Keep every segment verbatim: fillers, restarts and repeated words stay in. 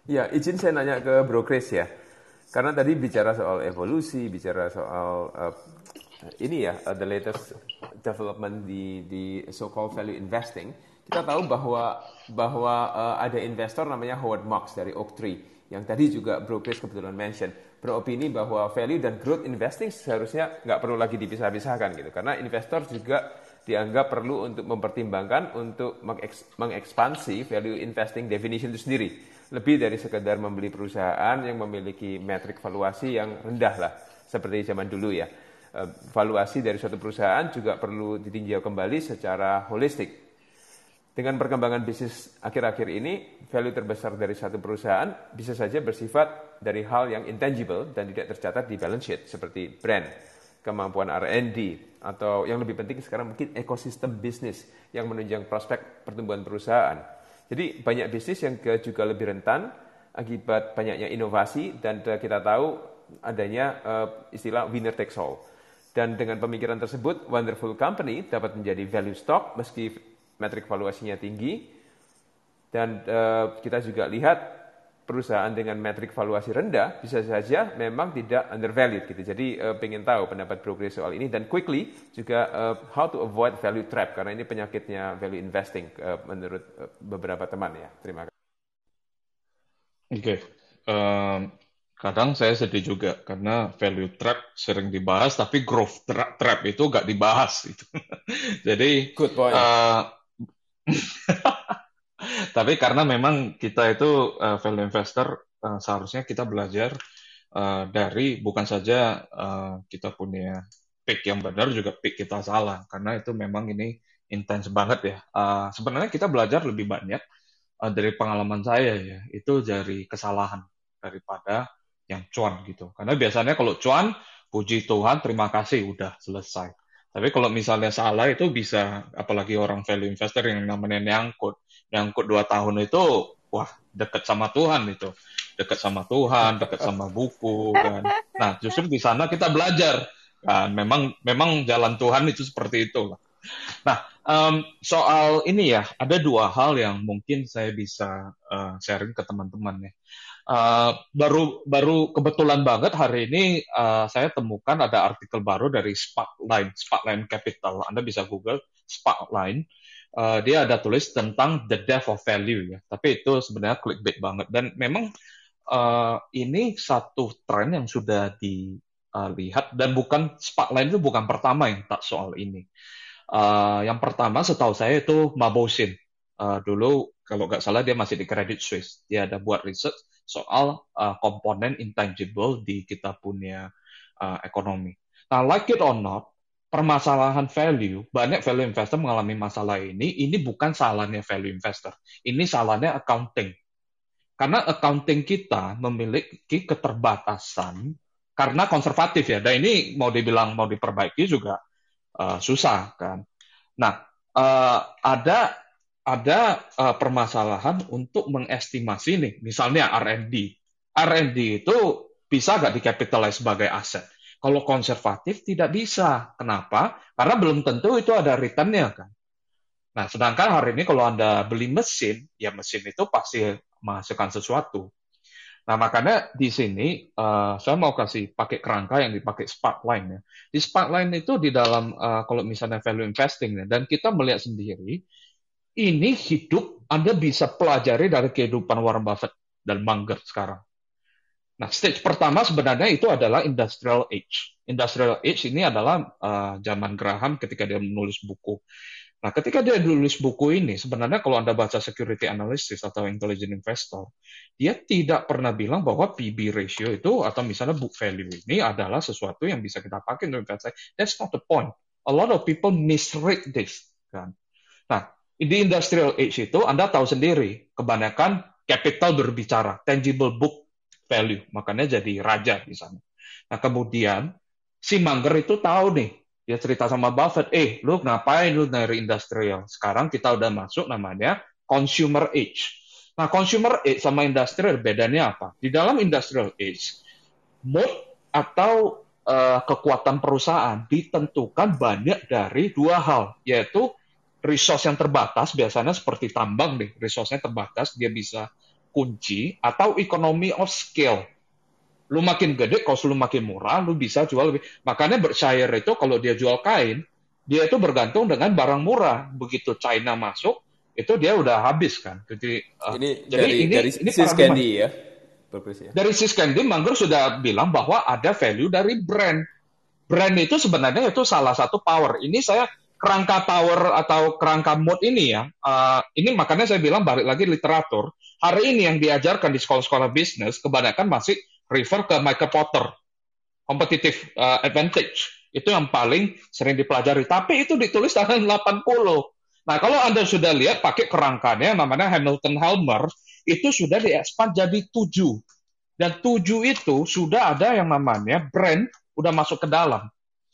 Ya, izin saya nanya ke Bro Chris ya. Karena tadi bicara soal evolusi, bicara soal uh, ini ya, uh, the latest development di di so-called value investing. Kita tahu bahwa bahwa uh, ada investor namanya Howard Marks dari Oaktree yang tadi juga Bro Chris kebetulan mention beropini bahwa value dan growth investing seharusnya nggak perlu lagi dipisah-pisahkan gitu karena investor juga dianggap perlu untuk mempertimbangkan untuk mengekspansi value investing definition itu sendiri. Lebih dari sekedar membeli perusahaan yang memiliki metrik valuasi yang rendah lah, seperti zaman dulu ya. Valuasi dari suatu perusahaan juga perlu ditinjau kembali secara holistik. Dengan perkembangan bisnis akhir-akhir ini, value terbesar dari satu perusahaan bisa saja bersifat dari hal yang intangible dan tidak tercatat di balance sheet, seperti brand, kemampuan R and D, atau yang lebih penting sekarang mungkin ekosistem bisnis yang menunjang prospek pertumbuhan perusahaan. Jadi banyak bisnis yang juga lebih rentan akibat banyaknya inovasi dan kita tahu adanya uh, istilah winner takes all. Dan dengan pemikiran tersebut, wonderful company dapat menjadi value stock meski metrik valuasinya tinggi. Dan uh, kita juga lihat perusahaan dengan metrik valuasi rendah bisa saja memang tidak undervalued gitu. Jadi uh, pengen tahu pendapat Bro Chris soal ini dan quickly juga uh, how to avoid value trap karena ini penyakitnya value investing uh, menurut uh, beberapa teman ya. Terima kasih. Oke, okay. um, kadang saya sedih juga karena value trap sering dibahas, tapi growth tra- trap itu nggak dibahas. Gitu. Jadi, Good point. uh, tapi karena memang kita itu uh, value investor, uh, seharusnya kita belajar uh, dari bukan saja uh, kita punya pick yang benar, juga pick kita salah. Karena itu memang ini intens banget ya. Uh, sebenarnya kita belajar lebih banyak uh, dari pengalaman saya ya, itu dari kesalahan daripada yang cuan gitu. Karena biasanya kalau cuan, puji Tuhan, terima kasih, udah selesai. Tapi kalau misalnya salah itu bisa, apalagi orang value investor yang namanya nyangkut, nyangkut dua tahun itu, wah deket sama Tuhan itu, deket sama Tuhan, deket sama buku kan. Nah justru di sana kita belajar kan, memang memang jalan Tuhan itu seperti itu. Nah, um, soal ini ya, ada dua hal yang mungkin saya bisa uh, sharing ke teman-teman ya. Uh, baru baru kebetulan banget hari ini uh, saya temukan ada artikel baru dari Sparkline, Sparkline Capital. Anda bisa Google Sparkline. Uh, dia ada tulis tentang the death of value ya. Tapi itu sebenarnya clickbait banget dan memang uh, ini satu tren yang sudah dilihat dan bukan Sparkline itu bukan pertama yang tak soal ini. Uh, yang pertama setahu saya itu Mabosin. Uh, dulu kalau nggak salah dia masih di Credit Suisse. Dia ada buat research soal uh, komponen intangible di kita punya uh, ekonomi. Nah, like it or not, permasalahan value, banyak value investor mengalami masalah ini. Ini bukan salahnya value investor. Ini salahnya accounting. Karena accounting kita memiliki keterbatasan karena konservatif ya. Dan ini mau dibilang mau diperbaiki juga uh, susah kan. Nah, uh, ada ada uh, permasalahan untuk mengestimasi nih, misalnya R and D. R and D itu bisa nggak dikapitalize sebagai aset? Kalau konservatif tidak bisa. Kenapa? Karena belum tentu itu ada return-nya kan. Nah, sedangkan hari ini kalau Anda beli mesin, ya mesin itu pasti menghasilkan sesuatu. Nah, makanya di sini uh, saya mau kasih pakai kerangka yang dipakai Sparkline ya. Di Sparkline itu di dalam uh, kalau misalnya value investing ya, dan kita melihat sendiri ini hidup Anda bisa pelajari dari kehidupan Warren Buffett dan Munger sekarang. Nah, stage pertama sebenarnya itu adalah industrial age. Industrial age ini adalah uh, zaman Graham ketika dia menulis buku. Nah, ketika dia menulis buku ini, sebenarnya kalau Anda baca security analysis atau intelligent investor, dia tidak pernah bilang bahwa P B ratio itu atau misalnya book value ini adalah sesuatu yang bisa kita pakai untuk investasi. That's not the point. A lot of people misread this. Kan? Nah, di industrial age itu Anda tahu sendiri, kebanyakan capital berbicara, tangible book value, makanya jadi raja di sana. Nah, kemudian si Munger itu tahu nih, dia cerita sama Buffett, eh, lu ngapain lu dari industrial? Sekarang kita udah masuk namanya consumer age. Nah, consumer age sama industrial bedanya apa? Di dalam industrial age, mood atau uh, kekuatan perusahaan ditentukan banyak dari dua hal, yaitu resource yang terbatas, biasanya seperti tambang nih, resource-nya terbatas, dia bisa kunci atau economy of scale. Lu makin gede, cost lu makin murah, lu bisa jual lebih. Makanya Berkshire itu kalau dia jual kain, dia itu bergantung dengan barang murah. Begitu China masuk, itu dia udah habis kan. Jadi, uh, Ini jadi dari ini dari ini Sis paradigma. Candy ya, Progress ya. Dari Siskendi, Munger sudah bilang bahwa ada value dari brand. Brand itu sebenarnya itu salah satu power. Ini saya kerangka power atau kerangka mood ini ya. Uh, ini makanya saya bilang balik lagi literatur. Hari ini yang diajarkan di sekolah-sekolah bisnis kebanyakan masih refer ke Michael Porter, competitive uh, advantage. Itu yang paling sering dipelajari. Tapi itu ditulis tahun delapan puluh. Nah, kalau Anda sudah lihat pakai kerangkanya namanya Hamilton-Helmer, itu sudah diekspand jadi tujuh. Dan tujuh itu sudah ada yang namanya brand, udah masuk ke dalam.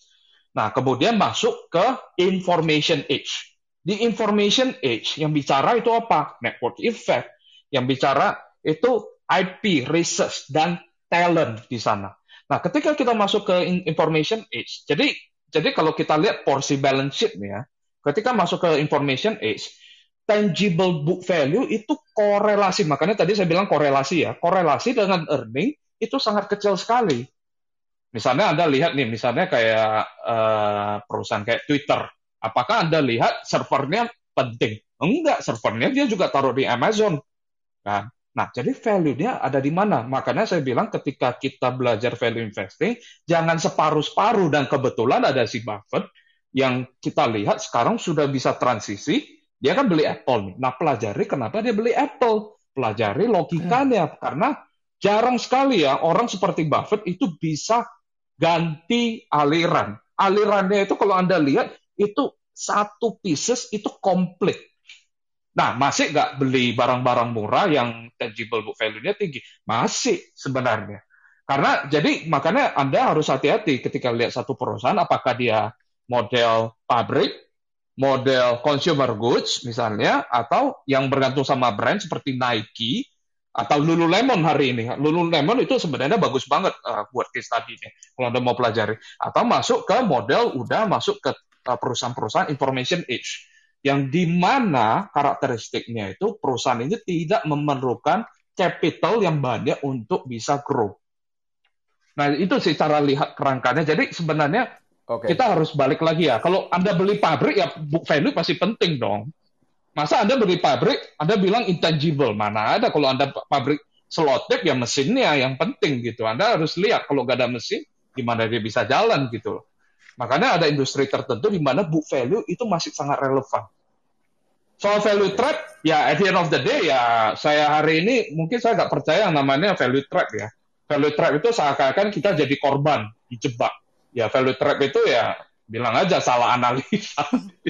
Nah, kemudian masuk ke information age. Di information age, yang bicara itu apa? Network effect. Yang bicara itu I P, research, dan talent di sana. Nah, ketika kita masuk ke information age, jadi jadi kalau kita lihat porsi balance sheet nih ya, ketika masuk ke information age, tangible book value itu korelasi, makanya tadi saya bilang korelasi ya, korelasi dengan earning itu sangat kecil sekali. Misalnya Anda lihat nih, misalnya kayak uh, perusahaan kayak Twitter, apakah Anda lihat servernya penting? Enggak, servernya dia juga taruh di Amazon. Kan? Nah, jadi value-nya ada di mana? Makanya saya bilang ketika kita belajar value investing, jangan separuh-separuh. Dan kebetulan ada si Buffett yang kita lihat sekarang sudah bisa transisi, dia kan beli Apple nih. Nah, pelajari kenapa dia beli Apple. Pelajari logikanya. Karena jarang sekali ya orang seperti Buffett itu bisa ganti aliran. Alirannya itu kalau Anda lihat, itu satu pieces itu komplit. Nah, masih nggak beli barang-barang murah yang tangible book value-nya tinggi? Masih sebenarnya. Karena jadi makanya Anda harus hati-hati ketika lihat satu perusahaan, apakah dia model pabrik, model consumer goods misalnya, atau yang bergantung sama brand seperti Nike, atau Lululemon hari ini. Lululemon itu sebenarnya bagus banget uh, buat case study-nya, kalau Anda mau pelajari. Atau masuk ke model, udah masuk ke uh, perusahaan-perusahaan information age yang di mana karakteristiknya itu perusahaan ini tidak memerlukan capital yang banyak untuk bisa grow. Nah, itu sih cara lihat kerangkanya. Jadi sebenarnya okay. Kita harus balik lagi ya. Kalau Anda beli pabrik, ya book value pasti penting dong. Masa Anda beli pabrik, Anda bilang intangible. Mana ada kalau Anda pabrik selotip, ya mesinnya yang penting gitu. Anda harus lihat kalau nggak ada mesin, gimana dia bisa jalan gitu. Makanya ada industri tertentu di mana book value itu masih sangat relevan. Soal value trap, ya at the end of the day, ya saya hari ini mungkin saya nggak percaya yang namanya value trap ya. Value trap itu seakan-akan kita jadi korban, dijebak. Ya value trap itu ya bilang aja salah analisa.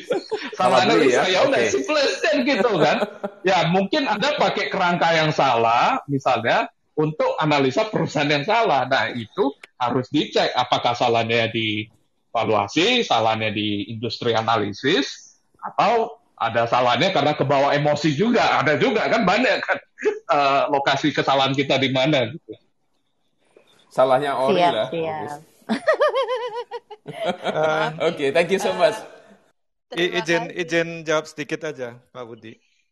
salah analisa, ya udah, okay. Simple gitu kan. Ya mungkin Anda pakai kerangka yang salah, misalnya, untuk analisa perusahaan yang salah. Nah itu harus dicek apakah salahnya di valuasi, salahnya di industri analisis, atau ada salahnya karena kebawa emosi juga. Ada juga kan banyak kan uh, lokasi kesalahan kita di mana gitu. Salahnya Ori siap, lah. Siap. uh, Oke, okay, thank you so much. Uh, izin izin jawab sedikit aja, Pak Budi.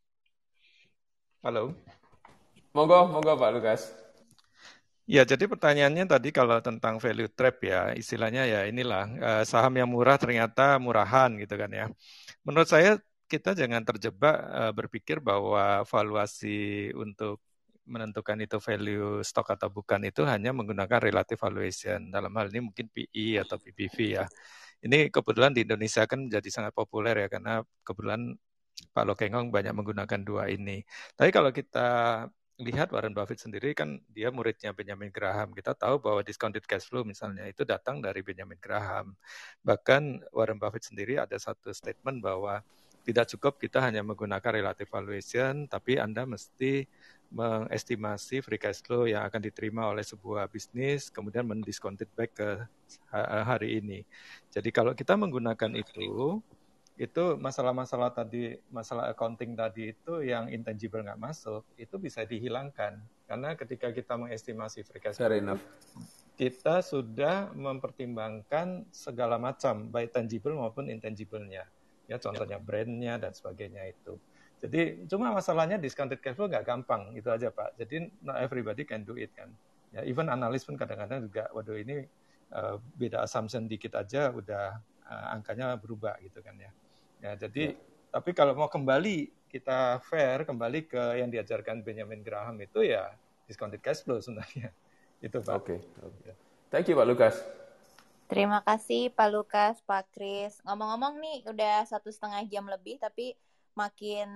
Halo. Monggo, monggo Pak Lukas. Ya, jadi pertanyaannya tadi kalau tentang value trap ya, istilahnya ya inilah, uh, saham yang murah ternyata murahan gitu kan ya. Menurut saya kita jangan terjebak uh, berpikir bahwa valuasi untuk menentukan itu value stock atau bukan itu hanya menggunakan relative valuation. Dalam hal ini mungkin P E atau P B V ya. Ini kebetulan di Indonesia kan jadi sangat populer ya, karena kebetulan Pak Lokengong banyak menggunakan dua ini. Tapi kalau kita lihat Warren Buffett sendiri kan dia muridnya Benjamin Graham. Kita tahu bahwa discounted cash flow misalnya itu datang dari Benjamin Graham. Bahkan Warren Buffett sendiri ada satu statement bahwa tidak cukup kita hanya menggunakan relative valuation, tapi Anda mesti mengestimasi free cash flow yang akan diterima oleh sebuah bisnis, kemudian mendiscounted back ke hari ini. Jadi kalau kita menggunakan itu, itu masalah-masalah tadi, masalah accounting tadi itu yang intangible nggak masuk, itu bisa dihilangkan. Karena ketika kita mengestimasi free cash flow, kita sudah mempertimbangkan segala macam, baik tangible maupun intangible-nya. Ya, contohnya brand-nya dan sebagainya itu. Jadi cuma masalahnya discounted cash flow nggak gampang, itu aja Pak. Jadi not everybody can do it kan. Ya, even analis pun kadang-kadang juga, waduh ini uh, beda assumption dikit aja udah uh, angkanya berubah gitu kan ya. Ya jadi, yeah. Tapi kalau mau kembali kita fair, kembali ke yang diajarkan Benjamin Graham itu ya discounted cash flow sebenarnya. Itu Pak. Oke. Okay. Okay. Thank you Pak Lukas. Terima kasih Pak Lukas, Pak Kris. Ngomong-ngomong nih udah satu setengah jam lebih, tapi makin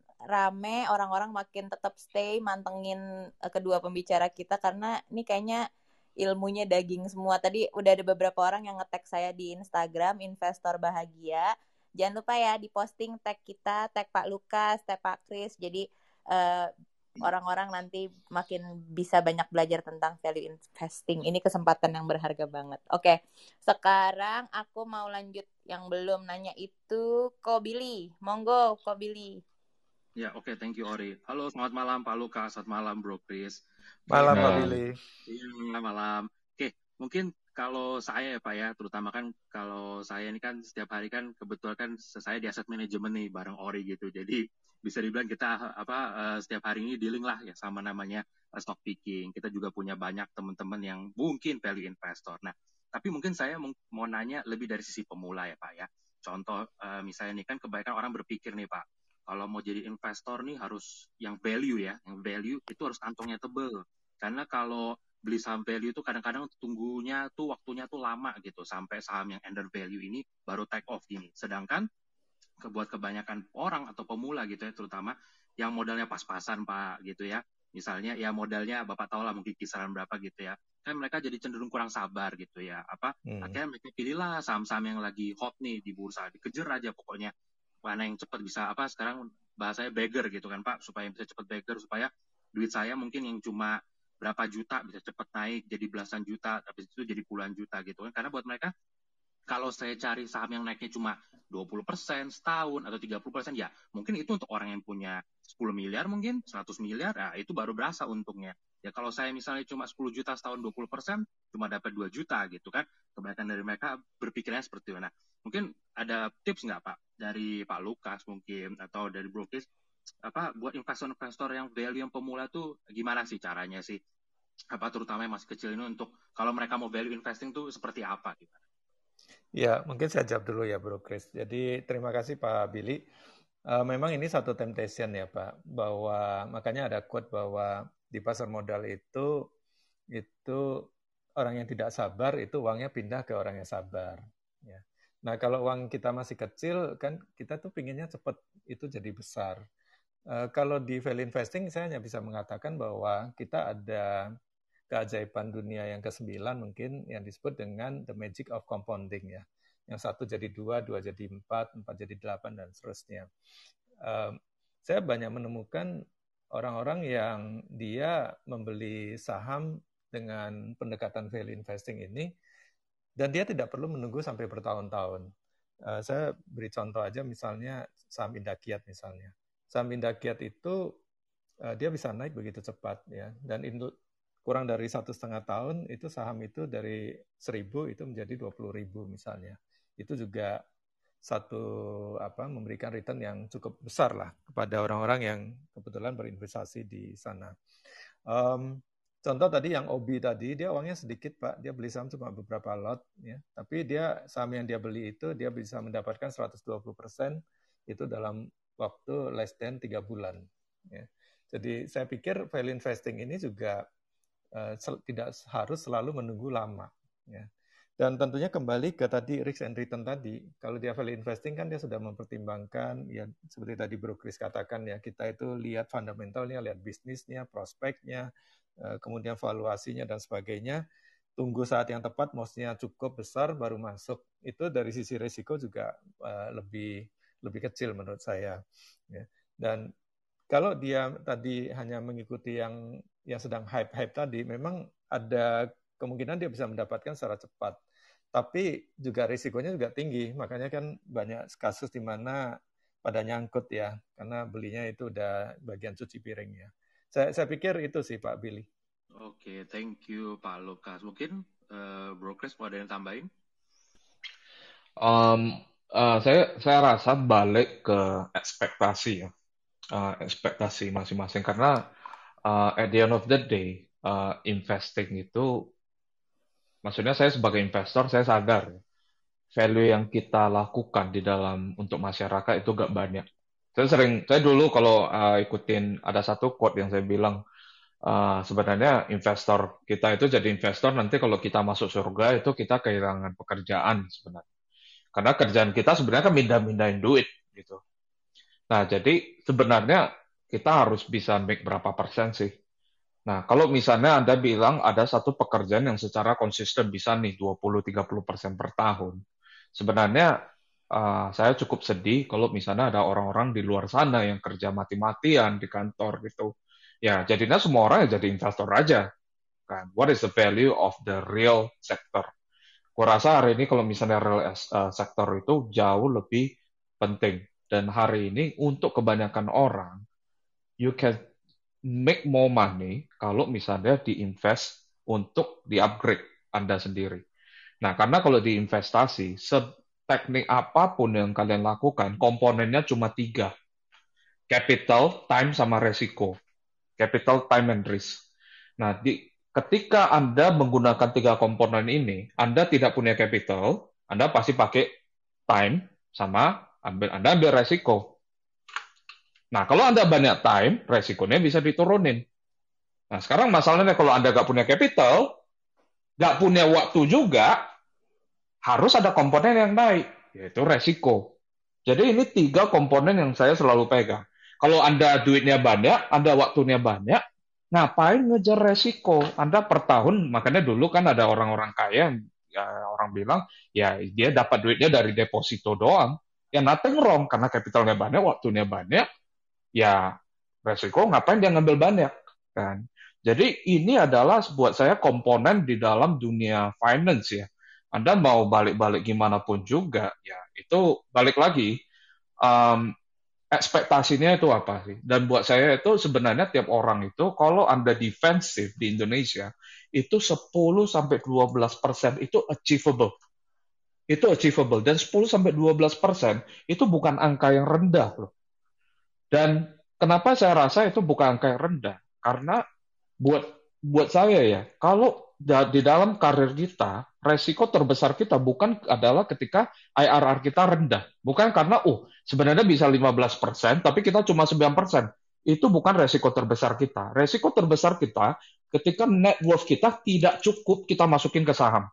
rame, orang-orang makin tetap stay mantengin uh, kedua pembicara kita karena ini kayaknya ilmunya daging semua. Tadi udah ada beberapa orang yang nge-tag saya di Instagram, Investor Bahagia. Jangan lupa ya di posting tag kita, tag Pak Lukas, tag Pak Kris. Jadi uh, orang-orang nanti makin bisa banyak belajar tentang value investing. Ini kesempatan yang berharga banget. Oke, sekarang aku mau lanjut yang belum nanya itu Ko Billy. Monggo, Ko Billy. Ya, oke, okay, thank you Ori. Halo, selamat malam Pak Lukas, selamat malam Bro Kris. Malam Pak Billy. Iya, malam. Oke, mungkin kalau saya ya Pak ya, terutama kan kalau saya ini kan setiap hari kan kebetulan kan saya di asset management nih bareng Ori gitu. Jadi bisa dibilang kita apa uh, setiap hari ini dealing lah ya sama namanya uh, stock picking. Kita juga punya banyak teman-teman yang mungkin value investor. Nah, tapi mungkin saya mau nanya lebih dari sisi pemula ya Pak ya. Contoh uh, misalnya nih kan kebanyakan orang berpikir nih Pak, kalau mau jadi investor nih harus yang value ya, yang value itu harus kantongnya tebel. Karena kalau beli saham value itu kadang-kadang tunggunya tuh waktunya tuh lama gitu sampai saham yang under value ini baru take off gini. Sedangkan buat kebanyakan orang atau pemula gitu ya terutama yang modalnya pas-pasan Pak gitu ya. Misalnya ya modalnya Bapak tahu lah mungkin kisaran berapa gitu ya. Kan mereka jadi cenderung kurang sabar gitu ya. Apa hmm. akhirnya mereka pilihlah saham-saham yang lagi hot nih di bursa, dikejar aja pokoknya. Mana yang cepat bisa apa sekarang bahasanya beggar gitu kan Pak, supaya bisa cepat beggar supaya duit saya mungkin yang cuma berapa juta bisa cepat naik jadi belasan juta, habis itu jadi puluhan juta gitu kan. Karena buat mereka kalau saya cari saham yang naiknya cuma dua puluh persen setahun atau tiga puluh persen ya mungkin itu untuk orang yang punya sepuluh miliar mungkin seratus miliar, nah itu baru berasa untungnya. Ya kalau saya misalnya cuma sepuluh juta setahun dua puluh persen cuma dapat dua juta gitu kan. Kebanyakan dari mereka berpikirnya seperti itu. Nah, mungkin ada tips nggak Pak dari Pak Lukas mungkin atau dari Bro Kris apa buat investor-investor yang value yang pemula tuh gimana sih caranya sih? Apa terutama yang masih kecil ini untuk kalau mereka mau value investing tuh seperti apa gitu? Ya, mungkin saya jawab dulu ya Bro Kris. Jadi terima kasih Pak Billy. Uh, memang ini satu temptation ya Pak, bahwa makanya ada quote bahwa di pasar modal itu itu orang yang tidak sabar itu uangnya pindah ke orang yang sabar. Ya. Nah kalau uang kita masih kecil kan kita tuh pinginnya cepat itu jadi besar. Uh, kalau di value investing saya hanya bisa mengatakan bahwa kita ada keajaiban dunia yang kesembilan mungkin yang disebut dengan the magic of compounding ya. Yang satu jadi dua, dua jadi empat, empat jadi delapan dan seterusnya. Um, saya banyak menemukan orang-orang yang dia membeli saham dengan pendekatan value investing ini dan dia tidak perlu menunggu sampai bertahun-tahun. Uh, saya beri contoh aja misalnya saham Indakiat misalnya. Saham Indakiat itu uh, dia bisa naik begitu cepat ya dan in, kurang dari satu setengah tahun itu saham itu dari seribu itu menjadi dua puluh ribu misalnya. Itu juga satu apa memberikan return yang cukup besar lah kepada orang-orang yang kebetulan berinvestasi di sana. Um, contoh tadi yang O B tadi dia uangnya sedikit Pak, dia beli saham cuma beberapa lot ya, tapi dia saham yang dia beli itu dia bisa mendapatkan seratus dua puluh persen itu dalam waktu less than tiga bulan. Ya. Jadi saya pikir value investing ini juga uh, tidak harus selalu menunggu lama. Ya. Dan tentunya kembali ke tadi risk and return tadi, kalau dia value investing kan dia sudah mempertimbangkan, ya seperti tadi Bro Kris katakan ya, kita itu lihat fundamentalnya, lihat bisnisnya, prospeknya, kemudian valuasinya dan sebagainya, tunggu saat yang tepat, maksudnya cukup besar baru masuk. Itu dari sisi risiko juga uh, lebih lebih kecil menurut saya. Ya. Dan kalau dia tadi hanya mengikuti yang yang sedang hype-hype tadi, memang ada kemungkinan dia bisa mendapatkan secara cepat. Tapi juga risikonya juga tinggi. Makanya kan banyak kasus di mana pada nyangkut ya. Karena belinya itu udah bagian cuci piringnya. Saya, saya pikir itu sih Pak Billy. Oke, okay, thank you Pak Lukas. Mungkin uh, Bro Kris mau ada yang tambahin? Um, uh, saya, saya rasa balik ke ekspektasi ya. uh, ekspektasi masing-masing karena uh, at the end of the day uh, investing itu, maksudnya saya sebagai investor saya sadar value yang kita lakukan di dalam untuk masyarakat itu gak banyak. Saya sering, saya dulu kalau uh, ikutin ada satu quote yang saya bilang uh, sebenarnya investor kita itu jadi investor nanti kalau kita masuk surga itu kita kehilangan pekerjaan sebenarnya. Karena kerjaan kita sebenarnya kan mindah-mindahin duit gitu. Nah, jadi sebenarnya kita harus bisa make berapa persen sih. Nah, kalau misalnya Anda bilang ada satu pekerjaan yang secara konsisten bisa nih dua puluh sampai tiga puluh persen per tahun. Sebenarnya uh, saya cukup sedih kalau misalnya ada orang-orang di luar sana yang kerja mati-matian di kantor gitu. Ya, jadinya semua orang ya jadi investor aja. Kan? What is the value of the real sector? Gua rasa hari ini kalau misalnya real uh, sektor itu jauh lebih penting. Dan hari ini untuk kebanyakan orang, you can make more money kalau misalnya diinvest untuk di-upgrade Anda sendiri. Nah, karena kalau diinvestasi, seteknik apapun yang kalian lakukan, komponennya cuma tiga. Capital, time, sama resiko. Capital, time, and risk. Nah, di, ketika Anda menggunakan tiga komponen ini, Anda tidak punya capital, Anda pasti pakai time, sama ambil, Anda ambil resiko. Nah, kalau Anda banyak time, resikonya bisa diturunin. Nah, sekarang masalahnya kalau Anda nggak punya capital, nggak punya waktu juga, harus ada komponen yang naik, yaitu resiko. Jadi ini tiga komponen yang saya selalu pegang. Kalau Anda duitnya banyak, Anda waktunya banyak, ngapain ngejar resiko? Anda per tahun, makanya dulu kan ada orang-orang kaya, ya, orang bilang, ya dia dapat duitnya dari deposito doang. Ya nothing wrong, karena kapitalnya banyak, waktunya banyak, ya resiko ngapain dia ngambil banyak. Kan? Jadi ini adalah buat saya komponen di dalam dunia finance ya. Anda mau balik-balik gimana pun juga, ya itu balik lagi, um, ekspektasinya itu apa sih? Dan buat saya itu sebenarnya tiap orang itu kalau Anda defensif di Indonesia itu sepuluh sampai dua belas persen itu achievable. Itu achievable dan sepuluh sampai dua belas persen itu bukan angka yang rendah loh. Dan kenapa saya rasa itu bukan angka yang rendah? Karena buat buat saya ya, kalau di dalam karir kita, resiko terbesar kita bukan adalah ketika I R R kita rendah. Bukan karena, oh, sebenarnya bisa lima belas persen, tapi kita cuma sembilan persen. Itu bukan resiko terbesar kita. Resiko terbesar kita ketika net worth kita tidak cukup kita masukin ke saham.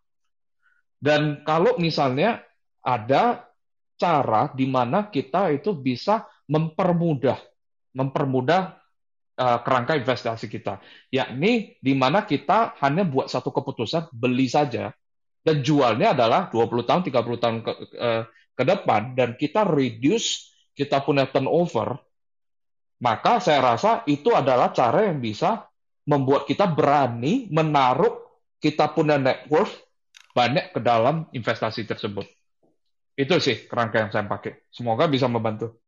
Dan kalau misalnya ada cara di mana kita itu bisa mempermudah, mempermudah uh, kerangka investasi kita, yakni di mana kita hanya buat satu keputusan, beli saja, dan jualnya adalah dua puluh tahun, tiga puluh tahun ke, uh, ke depan, dan kita reduce, kita punya turnover, maka saya rasa itu adalah cara yang bisa membuat kita berani menaruh kita punya net worth banyak ke dalam investasi tersebut. Itu sih kerangka yang saya pakai. Semoga bisa membantu.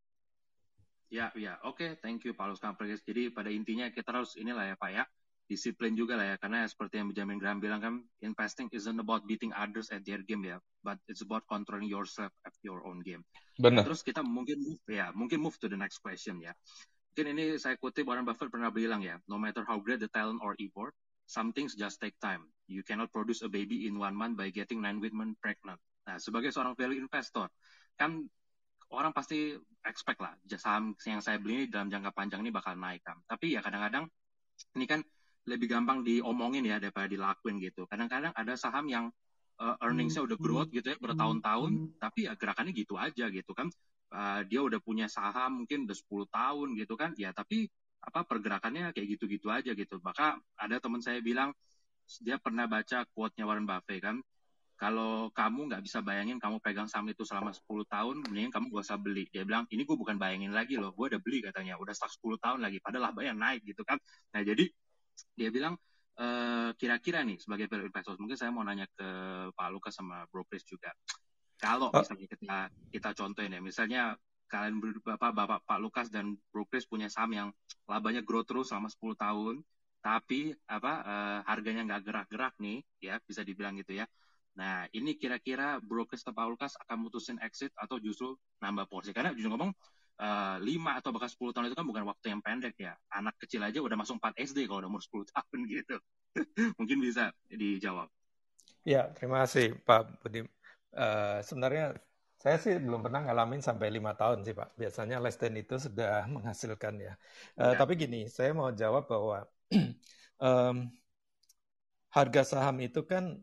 Ya, ya, oke, okay, thank you Pak Lukas. Jadi pada intinya kita harus inilah ya Pak ya, disiplin juga lah ya, karena seperti yang Benjamin Graham bilang kan, investing isn't about beating others at their game ya, but it's about controlling yourself at your own game. Benar. Nah, terus kita mungkin move ya, mungkin move to the next question ya. Mungkin ini saya kutip Warren Buffett pernah bilang ya, no matter how great the talent or effort, some things just take time. You cannot produce a baby in one month by getting nine women pregnant. Nah, sebagai seorang value investor, kan orang pasti expect lah, saham yang saya beli dalam jangka panjang ini bakal naik kan. Tapi ya kadang-kadang ini kan lebih gampang diomongin ya daripada dilakuin gitu. Kadang-kadang ada saham yang uh, earningsnya udah growth gitu ya bertahun-tahun, tapi ya gerakannya gitu aja gitu kan. Uh, dia udah punya saham mungkin udah sepuluh tahun gitu kan, ya tapi apa pergerakannya kayak gitu-gitu aja gitu. Maka ada teman saya bilang, dia pernah baca quote-nya Warren Buffett kan, kalau kamu nggak bisa bayangin kamu pegang saham itu selama sepuluh tahun, mendingan kamu gak usah beli. Dia bilang, ini gue bukan bayangin lagi loh, gue udah beli katanya, udah stuck sepuluh tahun lagi, padahal labanya naik gitu kan. Nah jadi dia bilang, e, kira-kira nih sebagai value investor, mungkin saya mau nanya ke Pak Lukas sama Bro Chris juga. Kalau misalnya kita, kita contohin ya, misalnya kalian Bapak, Bapak Pak Lukas dan Bro Chris punya saham yang labanya grow terus selama sepuluh tahun, tapi apa uh, harganya nggak gerak-gerak nih, ya bisa dibilang gitu ya. Nah, ini kira-kira Bro Chris atau Pak Lukas akan mutusin exit atau justru nambah porsi? Karena jujur ngomong, uh, lima atau bahkan sepuluh tahun itu kan bukan waktu yang pendek ya. Anak kecil aja udah masuk empat S D kalau udah umur sepuluh tahun gitu. Mungkin bisa dijawab. Ya, terima kasih Pak Budi. Uh, sebenarnya saya sih belum pernah ngalamin sampai lima tahun sih Pak. Biasanya less than itu sudah menghasilkan ya. Uh, Ya. Tapi gini, saya mau jawab bahwa um, harga saham itu kan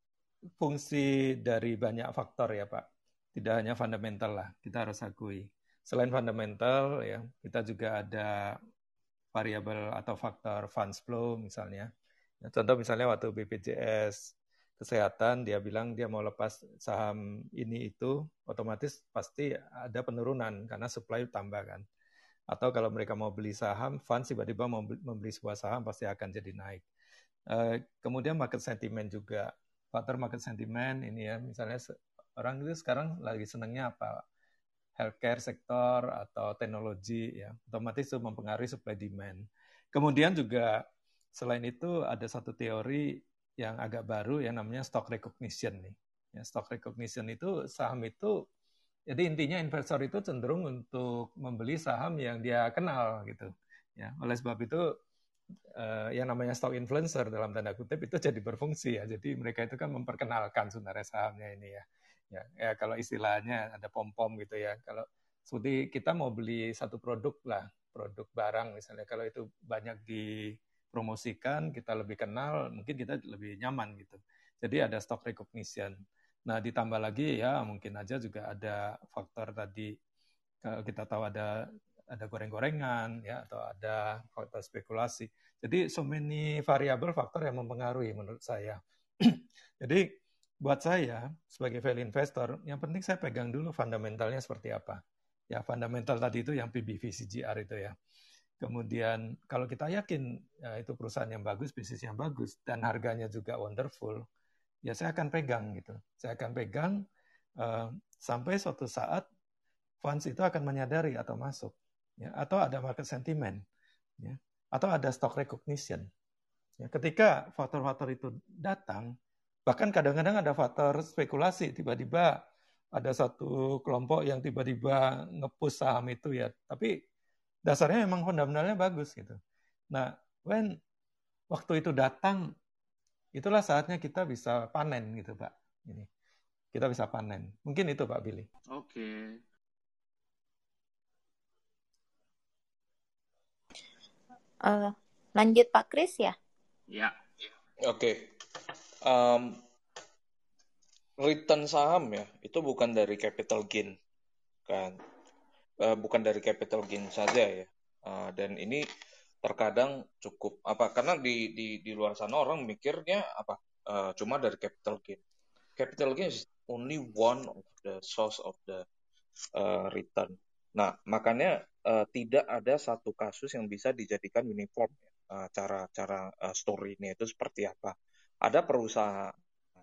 fungsi dari banyak faktor ya Pak. Tidak hanya fundamental lah, kita harus akui. Selain fundamental ya, kita juga ada variabel atau faktor funds flow misalnya. Contoh misalnya waktu B P J S Kesehatan dia bilang dia mau lepas saham ini itu, otomatis pasti ada penurunan karena supply tambah kan. Atau kalau mereka mau beli saham, funds tiba-tiba mau membeli sebuah saham pasti akan jadi naik. Kemudian market sentiment juga, faktor market sentiment ini ya, misalnya orang itu sekarang lagi senangnya apa? Healthcare sektor atau teknologi ya, otomatis itu mempengaruhi supply demand. Kemudian juga selain itu ada satu teori yang agak baru yang namanya stock recognition nih. Ya, stock recognition itu saham itu, jadi intinya investor itu cenderung untuk membeli saham yang dia kenal gitu. Ya, oleh sebab itu eh, yang namanya stock influencer dalam tanda kutip itu jadi berfungsi ya. Jadi mereka itu kan memperkenalkan sebenarnya sahamnya ini ya. Ya, ya kalau istilahnya ada pom-pom gitu ya. Kalau seperti kita mau beli satu produk lah, produk barang misalnya, kalau itu banyak dipromosikan, kita lebih kenal, mungkin kita lebih nyaman gitu. Jadi ada stock recognition. Nah, ditambah lagi ya mungkin aja juga ada faktor tadi, kalau kita tahu ada ada goreng-gorengan ya, atau ada faktor spekulasi. Jadi so many variabel faktor yang mempengaruhi menurut saya. Jadi buat saya sebagai value investor, yang penting saya pegang dulu fundamentalnya seperti apa. Ya, fundamental tadi itu yang P B V C G R itu ya. Kemudian kalau kita yakin ya, itu perusahaan yang bagus, bisnis yang bagus, dan harganya juga wonderful, ya saya akan pegang gitu. Saya akan pegang uh, sampai suatu saat funds itu akan menyadari atau masuk, ya, atau ada market sentiment, ya, atau ada stock recognition. Ya, ketika faktor-faktor itu datang, bahkan kadang-kadang ada faktor spekulasi, tiba-tiba ada satu kelompok yang tiba-tiba nge-push saham itu ya, tapi dasarnya memang fundamentalnya bagus gitu. Nah, when waktu itu datang, itulah saatnya kita bisa panen gitu Pak. Ini kita bisa panen. Mungkin itu Pak Billy. Oke. Okay. Uh, lanjut Pak Kris ya? Ya. Oke. Okay. Um, return saham ya, itu bukan dari capital gain, kan? Uh, bukan dari capital gain saja ya. Uh, dan ini terkadang cukup apa? Karena di di di luar sana orang mikirnya apa? Uh, cuma dari capital gain. Capital gain is only one of the source of the uh, return. Nah, makanya uh, tidak ada satu kasus yang bisa dijadikan uniform. Uh, cara cara uh, story ini itu seperti apa? Ada perusahaan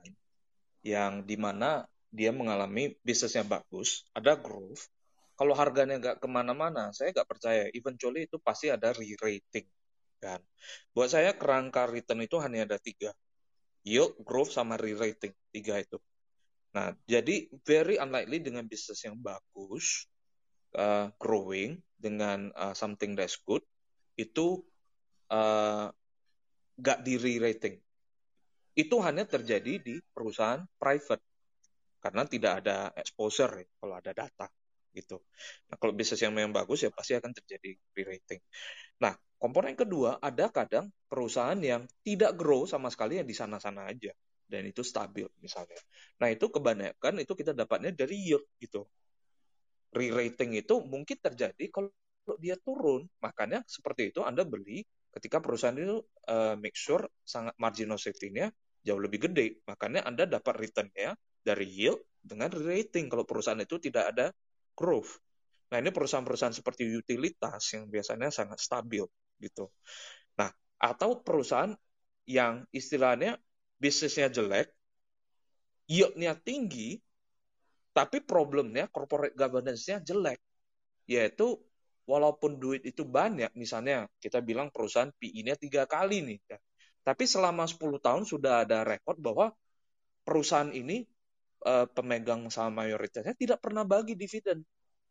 yang dimana dia mengalami bisnisnya bagus, ada growth. Kalau harganya nggak kemana-mana, saya nggak percaya. Eventually itu pasti ada re-rating. Kan? Buat saya kerangka return itu hanya ada tiga. Yield, growth, sama re-rating. Tiga itu. Nah, jadi very unlikely dengan bisnis yang bagus, uh, growing, dengan uh, something that's good, itu uh, nggak di re-rating. Itu hanya terjadi di perusahaan private. Karena tidak ada exposure ya, kalau ada data gitu. Nah, kalau bisnis yang memang bagus ya pasti akan terjadi re-rating. Nah, komponen kedua, ada kadang perusahaan yang tidak grow sama sekali yang di sana-sana aja dan itu stabil misalnya. Nah, itu kebanyakan itu kita dapatnya dari yield gitu. Re-rating itu mungkin terjadi kalau dia turun. Makanya seperti itu Anda beli ketika perusahaan itu uh, make sure sangat margin of safety-nya jauh lebih gede. Makanya Anda dapat return-nya dari yield dengan rating kalau perusahaan itu tidak ada growth. Nah, ini perusahaan-perusahaan seperti utilitas yang biasanya sangat stabil gitu. Nah, atau perusahaan yang istilahnya bisnisnya jelek, yield-nya tinggi, tapi problemnya corporate governance-nya jelek. Yaitu walaupun duit itu banyak, misalnya kita bilang perusahaan P I-nya tiga kali nih, ya. Tapi selama sepuluh tahun sudah ada rekod bahwa perusahaan ini eh, pemegang saham mayoritasnya tidak pernah bagi dividen.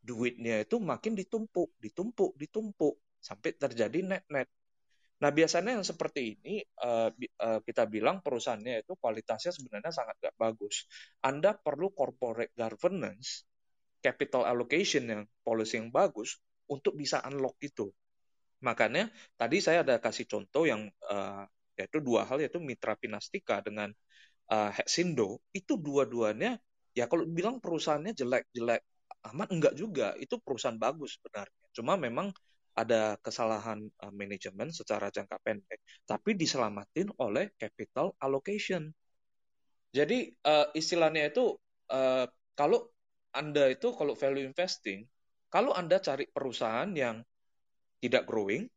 duitnya itu makin ditumpuk, ditumpuk, ditumpuk sampai terjadi net-net. Nah, biasanya yang seperti ini uh, uh, kita bilang perusahaannya itu kualitasnya sebenarnya sangat nggak bagus. Anda perlu corporate governance, capital allocation yang policy yang bagus untuk bisa unlock itu. Makanya tadi saya ada kasih contoh yang uh, yaitu dua hal, yaitu Mitra Pinastika dengan uh, Hexindo. Itu dua-duanya ya kalau bilang perusahaannya jelek-jelek amat, enggak juga, itu perusahaan bagus sebenarnya. Cuma memang ada kesalahan uh, manajemen secara jangka pendek, tapi diselamatin oleh capital allocation. Jadi uh, istilahnya itu uh, kalau Anda itu kalau value investing, kalau Anda cari perusahaan yang tidak growing,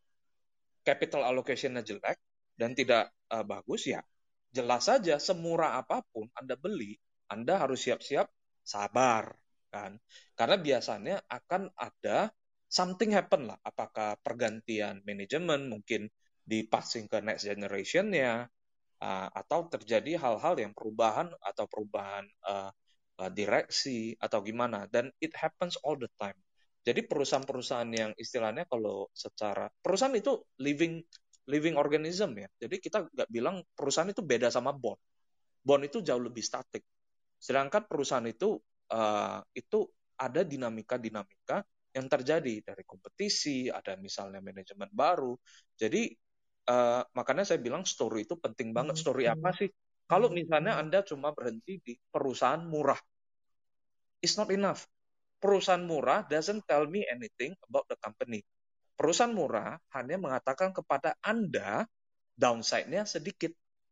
capital allocation-nya jelek dan tidak uh, bagus, ya jelas saja semurah apapun Anda beli, Anda harus siap-siap sabar, kan? Karena biasanya akan ada something happen lah, apakah pergantian manajemen, mungkin di passing ke next generation-nya, uh, atau terjadi hal-hal yang perubahan atau perubahan uh, uh, direksi atau gimana, dan it happens all the time. Jadi perusahaan-perusahaan yang istilahnya kalau secara perusahaan itu living living organism ya. Jadi kita nggak bilang perusahaan itu beda sama bond. Bond itu jauh lebih statik. Sedangkan perusahaan itu uh, itu ada dinamika-dinamika yang terjadi dari kompetisi, ada misalnya manajemen baru. Jadi uh, makanya saya bilang story itu penting banget. Story apa sih? Kalau misalnya Anda cuma berhenti di perusahaan murah, it's not enough. Perusahaan murah doesn't tell me anything about the company. Perusahaan murah hanya mengatakan kepada Anda downside-nya sedikit.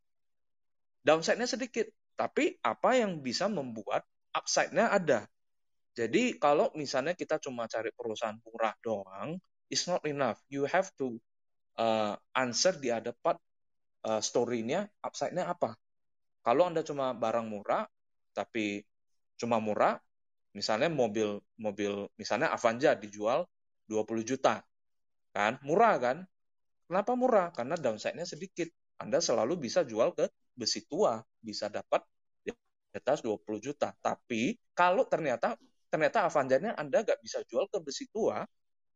Downside-nya sedikit, tapi apa yang bisa membuat upside-nya ada. Jadi kalau misalnya kita cuma cari perusahaan murah doang, it's not enough. You have to uh, answer the other part, uh, story-nya, upside-nya apa. Kalau Anda cuma barang murah, tapi cuma murah, misalnya mobil mobil misalnya Avanza dijual dua puluh juta. Kan murah kan? Kenapa murah? Karena downside-nya sedikit. Anda selalu bisa jual ke besi tua, bisa dapat di atas dua puluh juta. Tapi kalau ternyata ternyata Avanza-nya Anda nggak bisa jual ke besi tua,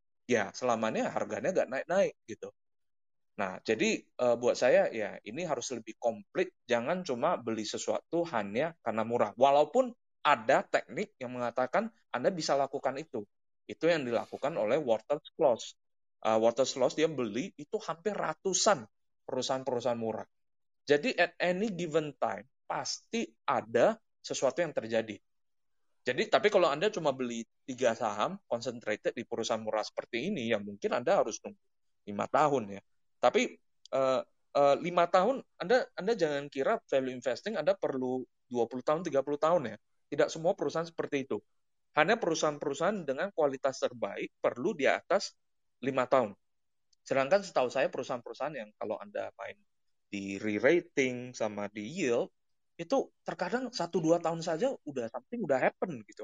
ya selamanya harganya nggak naik-naik gitu. Nah, jadi uh, buat saya ya ini harus lebih komplit. Jangan cuma beli sesuatu hanya karena murah. Walaupun ada teknik yang mengatakan Anda bisa lakukan itu. Itu yang dilakukan oleh Walter Schloss. Uh, Walter Schloss dia beli itu hampir ratusan perusahaan-perusahaan murah. Jadi at any given time pasti ada sesuatu yang terjadi. Jadi tapi kalau Anda cuma beli tiga saham concentrated di perusahaan murah seperti ini, ya mungkin Anda harus tunggu lima tahun ya. Tapi uh, uh, lima tahun Anda Anda jangan kira value investing Anda perlu dua puluh tahun, tiga puluh tahun ya. Tidak semua perusahaan seperti itu. Hanya perusahaan-perusahaan dengan kualitas terbaik perlu di atas lima tahun. Sedangkan setahu saya perusahaan-perusahaan yang kalau Anda main di re-rating sama di yield, itu terkadang satu dua tahun saja udah something udah happen gitu.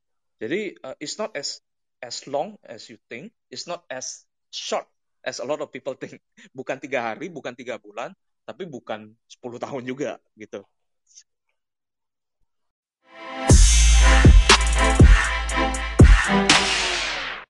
Jadi uh, it's not as as long as you think, it's not as short as a lot of people think. Bukan tiga hari, bukan tiga bulan, tapi bukan sepuluh tahun juga gitu.